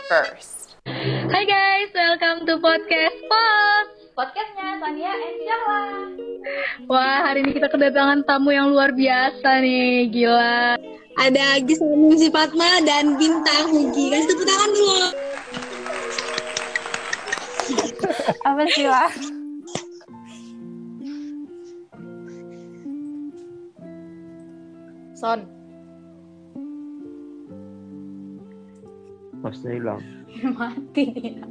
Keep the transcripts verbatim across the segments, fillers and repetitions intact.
first. Hai guys, welcome to podcast Pos. Podcastnya Tania and Syahla. Wah, hari ini kita kedatangan tamu yang luar biasa nih, gila. Ada Agis, si Fatma, dan Bintang Hugi. Kasih tepuk tangan dulu. Apa sih lah? Son. Masnya hilang. Mati dia.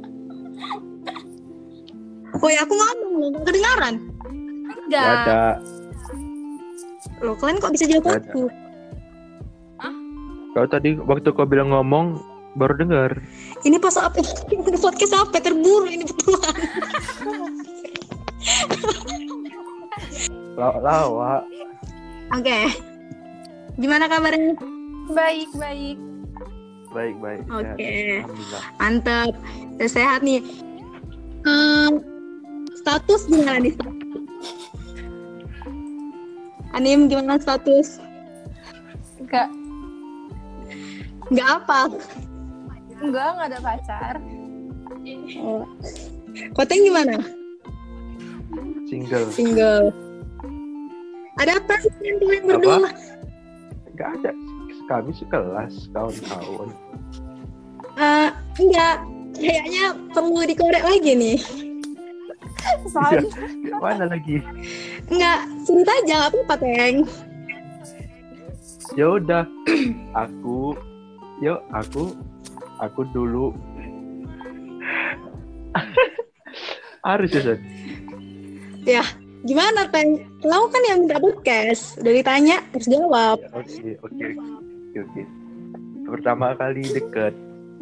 Woi, aku ngomong, nggak kedengaran. Enggak. Gak ada. Loh, kalian kok bisa jawab Gak aku? Kau tadi waktu kau bilang ngomong baru dengar. Ini pas apa? Podcast apa? Terburu ini betulan. Lawa. Oke. Gimana kabarnya? Baik, baik. Baik baik. Oke. Sehat. Alhamdulillah. Mantap. Udah sehat nih. Um, status gimana nih? Anim gimana status? Enggak. Nggak apa. Enggak, enggak ada pacar. Oh. Koteng gimana? Single. Single. Ada apa sih yang kalian berdua? Gak ada. Kami sekelas kawan-kawan. Uh, enggak. Kayaknya perlu dikorek lagi nih. Son. Mana lagi? Enggak, cerita aja, nggak apa-apa, Teng. Ya udah. Aku. Yuk aku. Aku dulu. Harus ya Son? Ya, gimana, Teng? Kamu kan yang minta podcast. Udah ditanya, harus jawab. Oke oke oke oke. Pertama kali deket.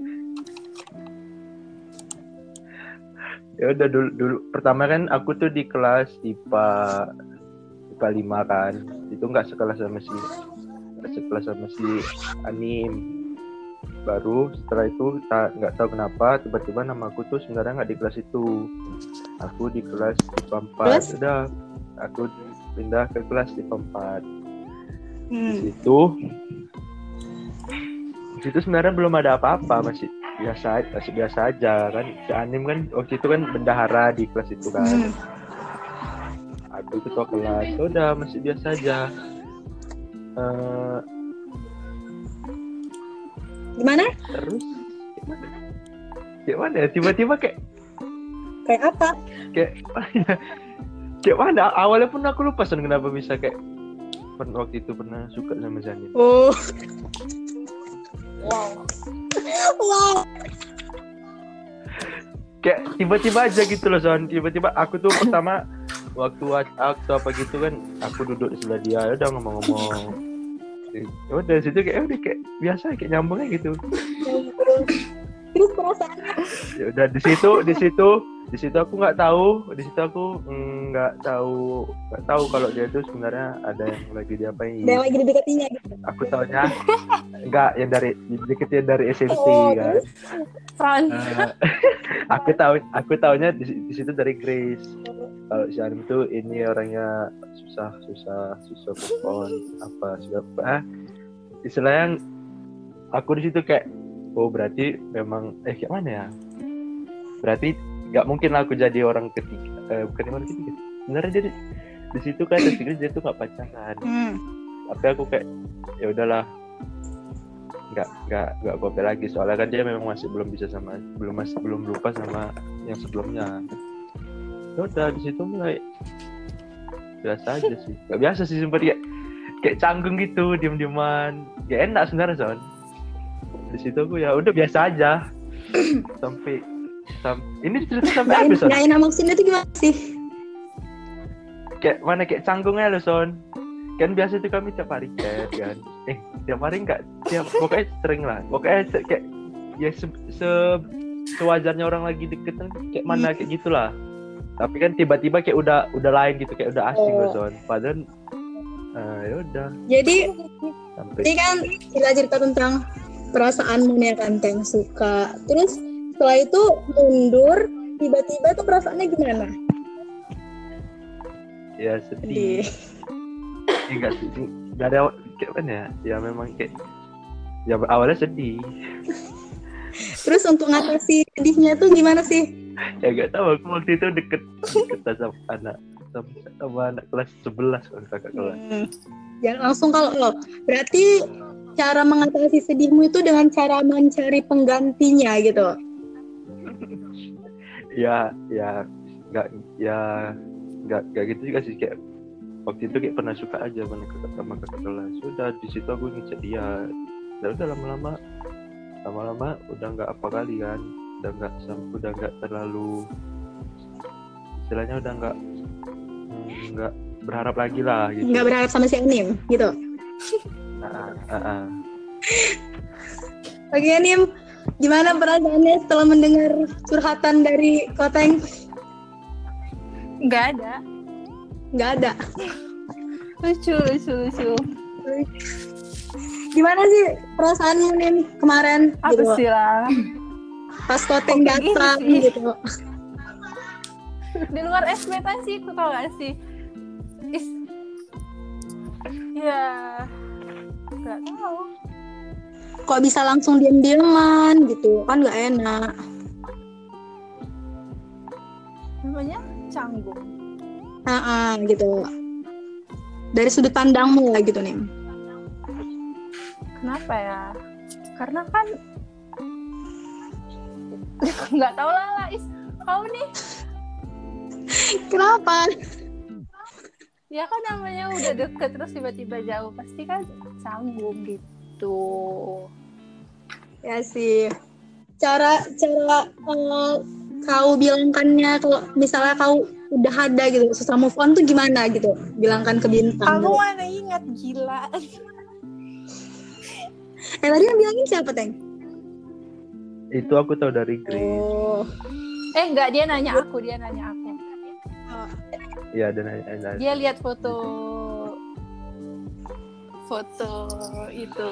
Ya udah dulu dulu pertama kan aku tuh di kelas I P A I P A lima kan. Itu enggak sekelas sama si nggak sekelas sama si Anim. Baru setelah itu tak nggak tahu kenapa tiba-tiba nama aku tuh sebenarnya nggak di kelas itu. Aku di kelas I P A empat. Kelas? Udah aku pindah ke kelas I P A empat. Di Hmm. situ di situ sebenarnya belum ada apa-apa, masih biasa masih biasa aja kan. Si Anim kan waktu itu kan bendahara di kelas itu kan. Hmm. Aku ketua kelas. Udah masih biasa aja. Eh, Gimana? terus gimana? Kayak mana ya? Tiba-tiba kayak Kayak apa? kayak kayak mana? Awalnya pun aku lupa Son, kenapa bisa kayak pernah waktu itu pernah suka sama Zanin. Oh. Wow. Wow. Kayak tiba-tiba aja gitu loh Son. Tiba-tiba aku tuh pertama waktu waktu apa gitu kan aku duduk di sebelah dia, udah ngomong-ngomong. Ya udah situ kayak udah kayak biasa kayak nyambungnya gitu. Terus perasaannya? Ya udah di situ di situ di situ aku nggak tahu di situ aku nggak tahu nggak tahu kalau dia tuh sebenarnya ada yang lagi diapain. Ada yang lagi didekatinya gitu. Aku taunya nggak yang dari deketin dari S M P Oh, kan. Son. Eh, aku tahu aku taunya di, di situ dari Grace. Kalau si Anim tuh ini orangnya susah susah susah perform apa siapa ah, istilahnya aku di situ kayak oh berarti memang eh kayak mana ya, berarti nggak mungkin aku jadi orang ketiga eh, bukan orang ketiga sebenarnya jadi di situ kan di Grace dia tuh nggak pacaran. Hmm. Tapi aku kayak ya udahlah nggak nggak nggak apa-apa lagi soalnya kan dia memang masih belum bisa sama belum masih belum lupa sama yang sebelumnya. Ya udah di situ mulai biasa aja sih, nggak biasa sih sempat kayak kayak canggung gitu diam-diaman, ya enak sebenarnya Son. Di situ aku ya udah biasa aja sampai sam ini cerita sampai habis Son. Nah, enak maksudnya itu gimana sih? Kayak mana kayak canggungnya loh Son. Kan biasa itu kami tiap hari chat kan. Eh tiap hari enggak, tiap pokoknya sering lah. Pokoknya se- kayak ya se, se sewajarnya orang lagi deket kan kayak mana kayak gitulah. Tapi kan tiba-tiba kayak udah udah lain gitu, kayak udah asing loh Son. Padahal uh, ya udah Jadi, sampai ini kan kita cerita tentang perasaanmu nih kan, Teng, suka. Terus setelah itu mundur, tiba-tiba tuh perasaannya gimana? ya sedih. Ya, enggak sih, enggak ada kayak mana ya? Ya memang kayak ya awalnya sedih. Terus untuk ngatasi sedihnya tuh gimana sih? Ya gak tahu, aku waktu itu deket deket sama anak sama, sama anak kelas sebelas kan, kakak kelas. Hmm. Jangan langsung kalau lo. Berarti cara mengatasi sedihmu itu dengan cara mencari penggantinya gitu. Ya, ya nggak ya nggak nggak gitu juga sih, kayak waktu itu kayak pernah suka aja sama kakak sama kakak kelas. Sudah di situ aku ngechat dia. Dan udah lama-lama lama-lama udah nggak apa kali kan, udah nggak udah nggak terlalu istilahnya udah nggak nggak berharap lagi lah gitu. Nggak berharap sama si Anim gitu. Nah, uh, uh. Oke Anim, gimana perasaannya setelah mendengar curhatan dari Koteng? Nggak ada. Nggak ada. Lucu, lucu, lucu. Gimana sih perasaanmu Nim kemarin? Apa gitu? sih lah? Pas Koteng Kok kayak gini datang sih? gitu. Di luar ekspektasiku, tau gak sih? Is, ya, nggak tahu. Kok bisa langsung diam-diaman gitu? Kan nggak enak. Namanya canggung. Ah, gitu. Dari sudut pandangmu lah gitu Nim. Kenapa ya? Karena kan nggak tahu lah, lah Is. Kau nih, Kenapa? ya kan namanya udah deket terus tiba-tiba jauh, pasti kan canggung gitu. Ya sih. Cara cara uh, kau bilangkannya kalau misalnya kau udah ada gitu susah move on tuh gimana gitu? Bilangkan ke bintang. Aku Gitu. mana ingat, gila. Eh tadi yang bilangin siapa Teng? Itu aku tahu dari Grace. Oh. Eh enggak, dia nanya aku, dia nanya aku. Iya, dan ada. Dia lihat foto foto itu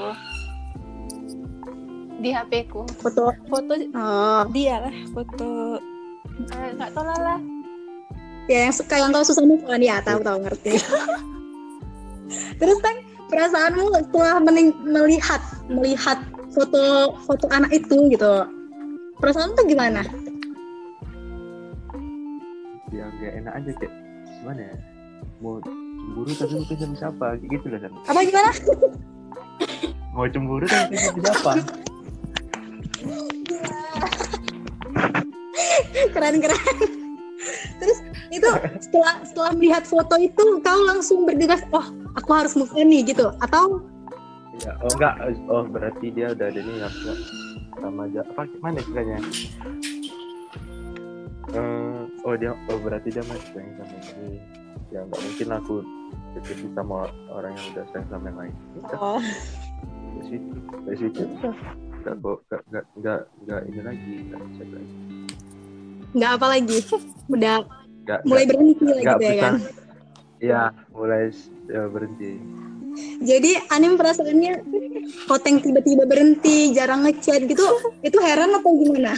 di H P ku. Foto. Foto Oh. dia lah, foto eh, nggak tahu lah lah. Ya yang suka yang kau susah move on ya, tahu tahu ngerti. Terus Teng, perasaanmu setelah mening- melihat melihat foto foto anak itu gitu. Perasaan tuh gimana? Ya nggak enak aja, kayak gimana ya, mau cemburu tapi bukan sama siapa, kayak gitu lah kan. Apa gimana? Mau cemburu tapi bukan sama siapa. Keren-keren. Terus itu setelah setelah melihat foto itu kau langsung bergegas, oh aku harus move on nih gitu, atau Ya, oh enggak, oh berarti dia udah ada nih apa sama aja apa gimana istilahnya? Eh, oh dia, oh berarti dia masih sayang sama ini. Ya nggak mungkin aku deketin sama orang yang udah sayang sama yang lain. oh. Dari situ, dari situ nggak kok nggak nggak nggak nggak ini lagi, nggak chat lagi. Nggak apa lagi, udah Nggak mulai nggak- berhenti lah nggak gitu ya bisa. kan. Iya, mulai ya, berhenti. Jadi Anim perasaannya Koteng tiba-tiba berhenti, jarang ngechat gitu, itu heran atau gimana?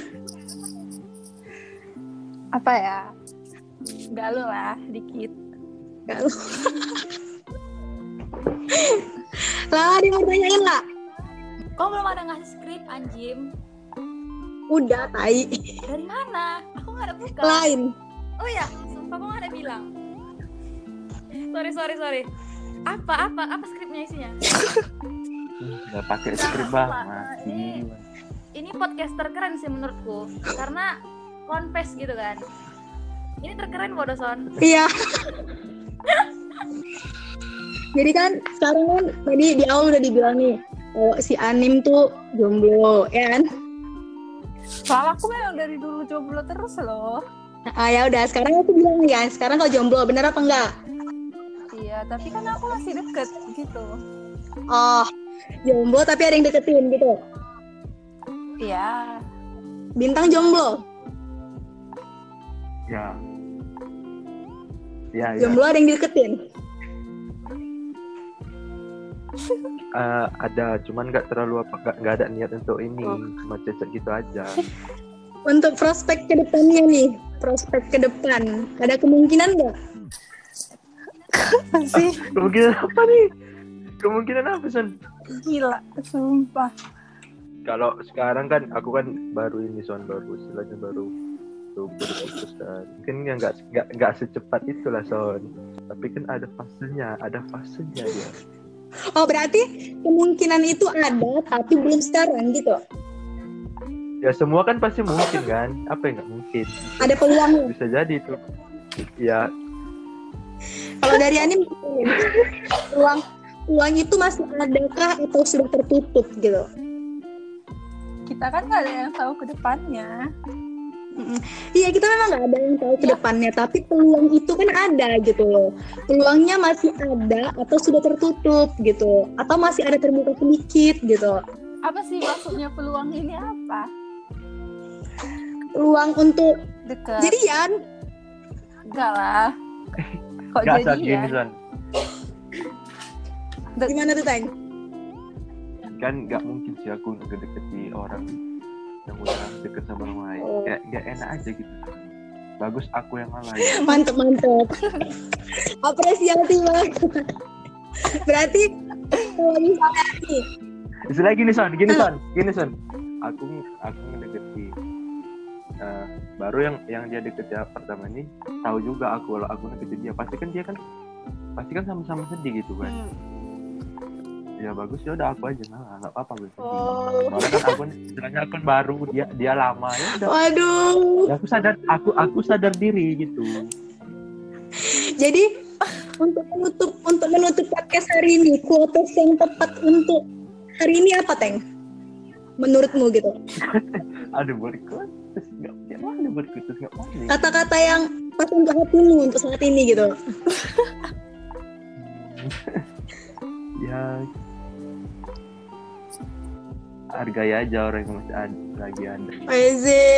Apa ya? Galau lah dikit. Kalau lah dia mau tanyain lah, Kok belum ada ngasih skrip anjim? udah tai Dari mana? Aku nggak ada buka. lain. Oh ya, sumpah kok nggak ada bilang. Sorry sorry sorry. Apa apa apa skripnya isinya? Nggak pakai skrip bang, Pak, mati. ini- Ini podcast terkeren sih menurutku karena confess gitu kan. Ini terkeren Bodoson. Iya. Jadi kan sekarang kan tadi di awal udah dibilang nih, oh si Anim tuh jomblo, ya kan? Soalnya aku memang dari dulu jomblo terus loh. Ah ya udah, sekarang aku bilang nih kan, sekarang kau jomblo, bener apa enggak? Iya, tapi kan aku masih deket gitu. Oh, jomblo tapi ada yang deketin gitu. Iya. Bintang jomblo, Ya. Ya, ya. jomblo ada yang deketin. Eh, ada, cuman nggak terlalu apa, nggak nggak ada niat untuk ini, Oh. cuma cecet gitu aja. Untuk prospek ke depannya nih, prospek ke depan, ada kemungkinan nggak? Masih Kemungkinan apa nih? Kemungkinan apa San? gila, sumpah. kalau sekarang kan aku kan baru ini Son, baru istilahnya baru tuh putus kan. Mungkin ya nggak nggak nggak secepat itulah Son. Tapi kan ada fasenya, ada fasenya dia. Oh berarti kemungkinan itu ada tapi belum sekarang gitu. Ya semua kan pasti mungkin kan? Apa yang nggak mungkin? Ada peluang. Bisa jadi itu. Ya. Kalau dari Anim, peluang peluang itu masih adakah atau sudah tertutup gitu? Kita kan nggak ada yang tahu ke depannya. Mm-mm. Iya kita memang nggak ada yang tahu ke depannya, tapi peluang itu kan ada gitu loh. Peluangnya masih ada atau sudah tertutup gitu, atau masih ada terbuka sedikit gitu. Apa sih maksudnya peluang ini apa? Peluang untuk Dekat. jadian. Enggak lah. Kok Nggak saat jadi gini ya? Son. De- Gimana tuh Tang? Kan nggak mungkin sih aku ngedeketi orang yang udah deket sama orang lain. Oh. Kayak nggak enak aja gitu. Bagus aku yang ngalah. Ya. Mantep mantep. Apresiasi banget. Berarti kalau misalnya nih, Istilah gini Son, gini Son, gini Son. Aku aku ngedeketi uh, baru yang yang dia deketi pertama ini tahu juga aku kalau aku ngedeketi dia pasti kan dia kan pasti kan sama-sama sedih gitu kan. Hmm. Ya bagus ya udah aku aja ngalah, nggak apa-apa gue. Oh. Soalnya kan aku istilahnya akun baru, dia dia lama ya udah. waduh. Ya, aku sadar aku aku sadar diri gitu. Jadi untuk menutup untuk menutup podcast hari ini, quotes yang tepat untuk hari ini apa Teng? Menurutmu gitu? Aduh berkutus nggak ya mana berkutus nggak mana. Kata-kata yang pas untuk hatimu untuk saat ini gitu. Ya hargai aja orang yang masih ada, lagi ada. Weze.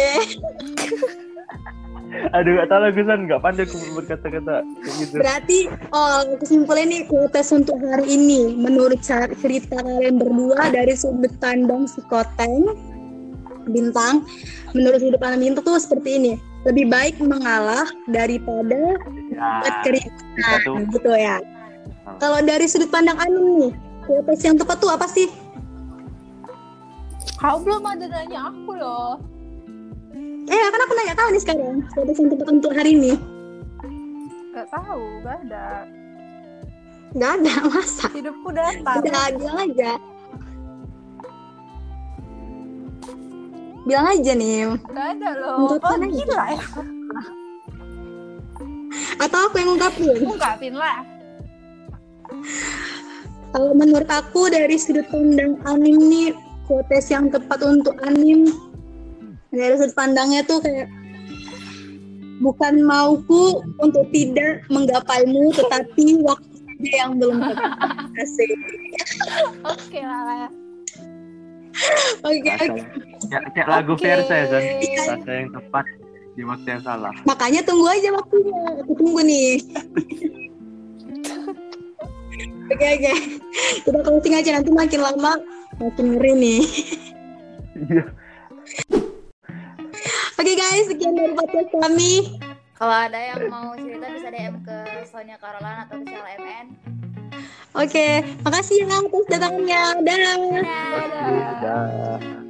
Aduh gak tahu lagu San, gak pandai aku berkata-kata kayak gitu. Berarti oh kesimpulannya nih quotes untuk hari ini menurut cerita kalian berdua dari sudut pandang si Koteng Bintang, menurut sudut pandang Bintang tuh seperti ini, lebih baik mengalah daripada Ya, buat keributan tuh. gitu ya. Kalau dari sudut pandang Anim nih, quotes yang tepat tuh apa sih? Kau belum ada nanya aku loh. Eh kan aku nanya kau nih sekarang, quotes yang tepat untuk hari ini. Gak tahu, gak ada. Nggak ada, masa? Hidupku datar. Udah bilang aja. Bilang aja nih. Gak ada loh. Menurut Oh mana gitu? gila ya. Atau aku yang ungkapin? Ungkapin lah. Kalau menurut aku dari sudut pandang Anim nih, quotes yang tepat untuk Anim dari sudut pandangnya tuh kayak bukan mauku untuk tidak menggapaimu, tetapi waktu saja yang belum tepat. Asik. Oke lah. Oke, Rasa oke. yang- kayak, kayak lagu Oke. Versa ya San. Rasa yang tepat di waktu yang salah. Makanya tunggu aja waktunya. Aku tunggu nih. Oke, oke. Kita closing aja, nanti makin lama makin ngeri nih. Iya. Oke guys, sekian dari podcast kami. Kalau ada yang mau cerita bisa D M ke Sonia Carolan atau ke Sheila M N. Oke, makasih ya atas datangannya. Dadah. Dadah. Udah.